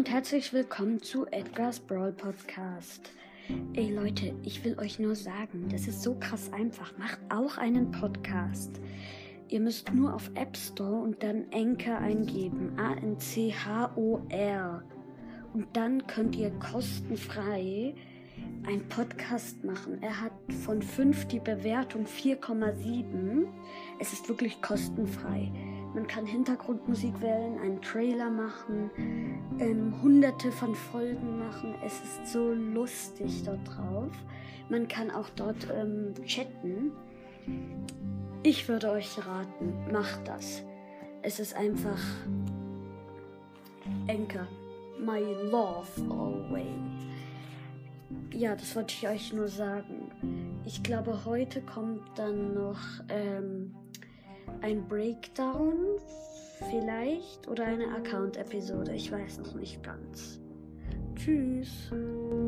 und herzlich willkommen zu Edgar's Brawl Podcast. Ey Leute, ich will euch nur sagen, das ist so krass einfach. Macht auch einen Podcast. Ihr müsst nur auf App Store und dann Anchor eingeben. ANCHOR. Und dann könnt ihr kostenfrei einen Podcast machen. Er hat von 5 die Bewertung 4,7. Es ist wirklich kostenfrei. Man kann Hintergrundmusik wählen, einen Trailer machen, hunderte von Folgen machen. Es ist so lustig dort drauf. Man kann auch dort chatten. Ich würde euch raten, macht das. Es ist einfach Anchor. My love always. Ja, das wollte ich euch nur sagen. Ich glaube, heute kommt dann noch ein Breakdown vielleicht oder eine Account-Episode. Ich weiß noch nicht ganz. Tschüss.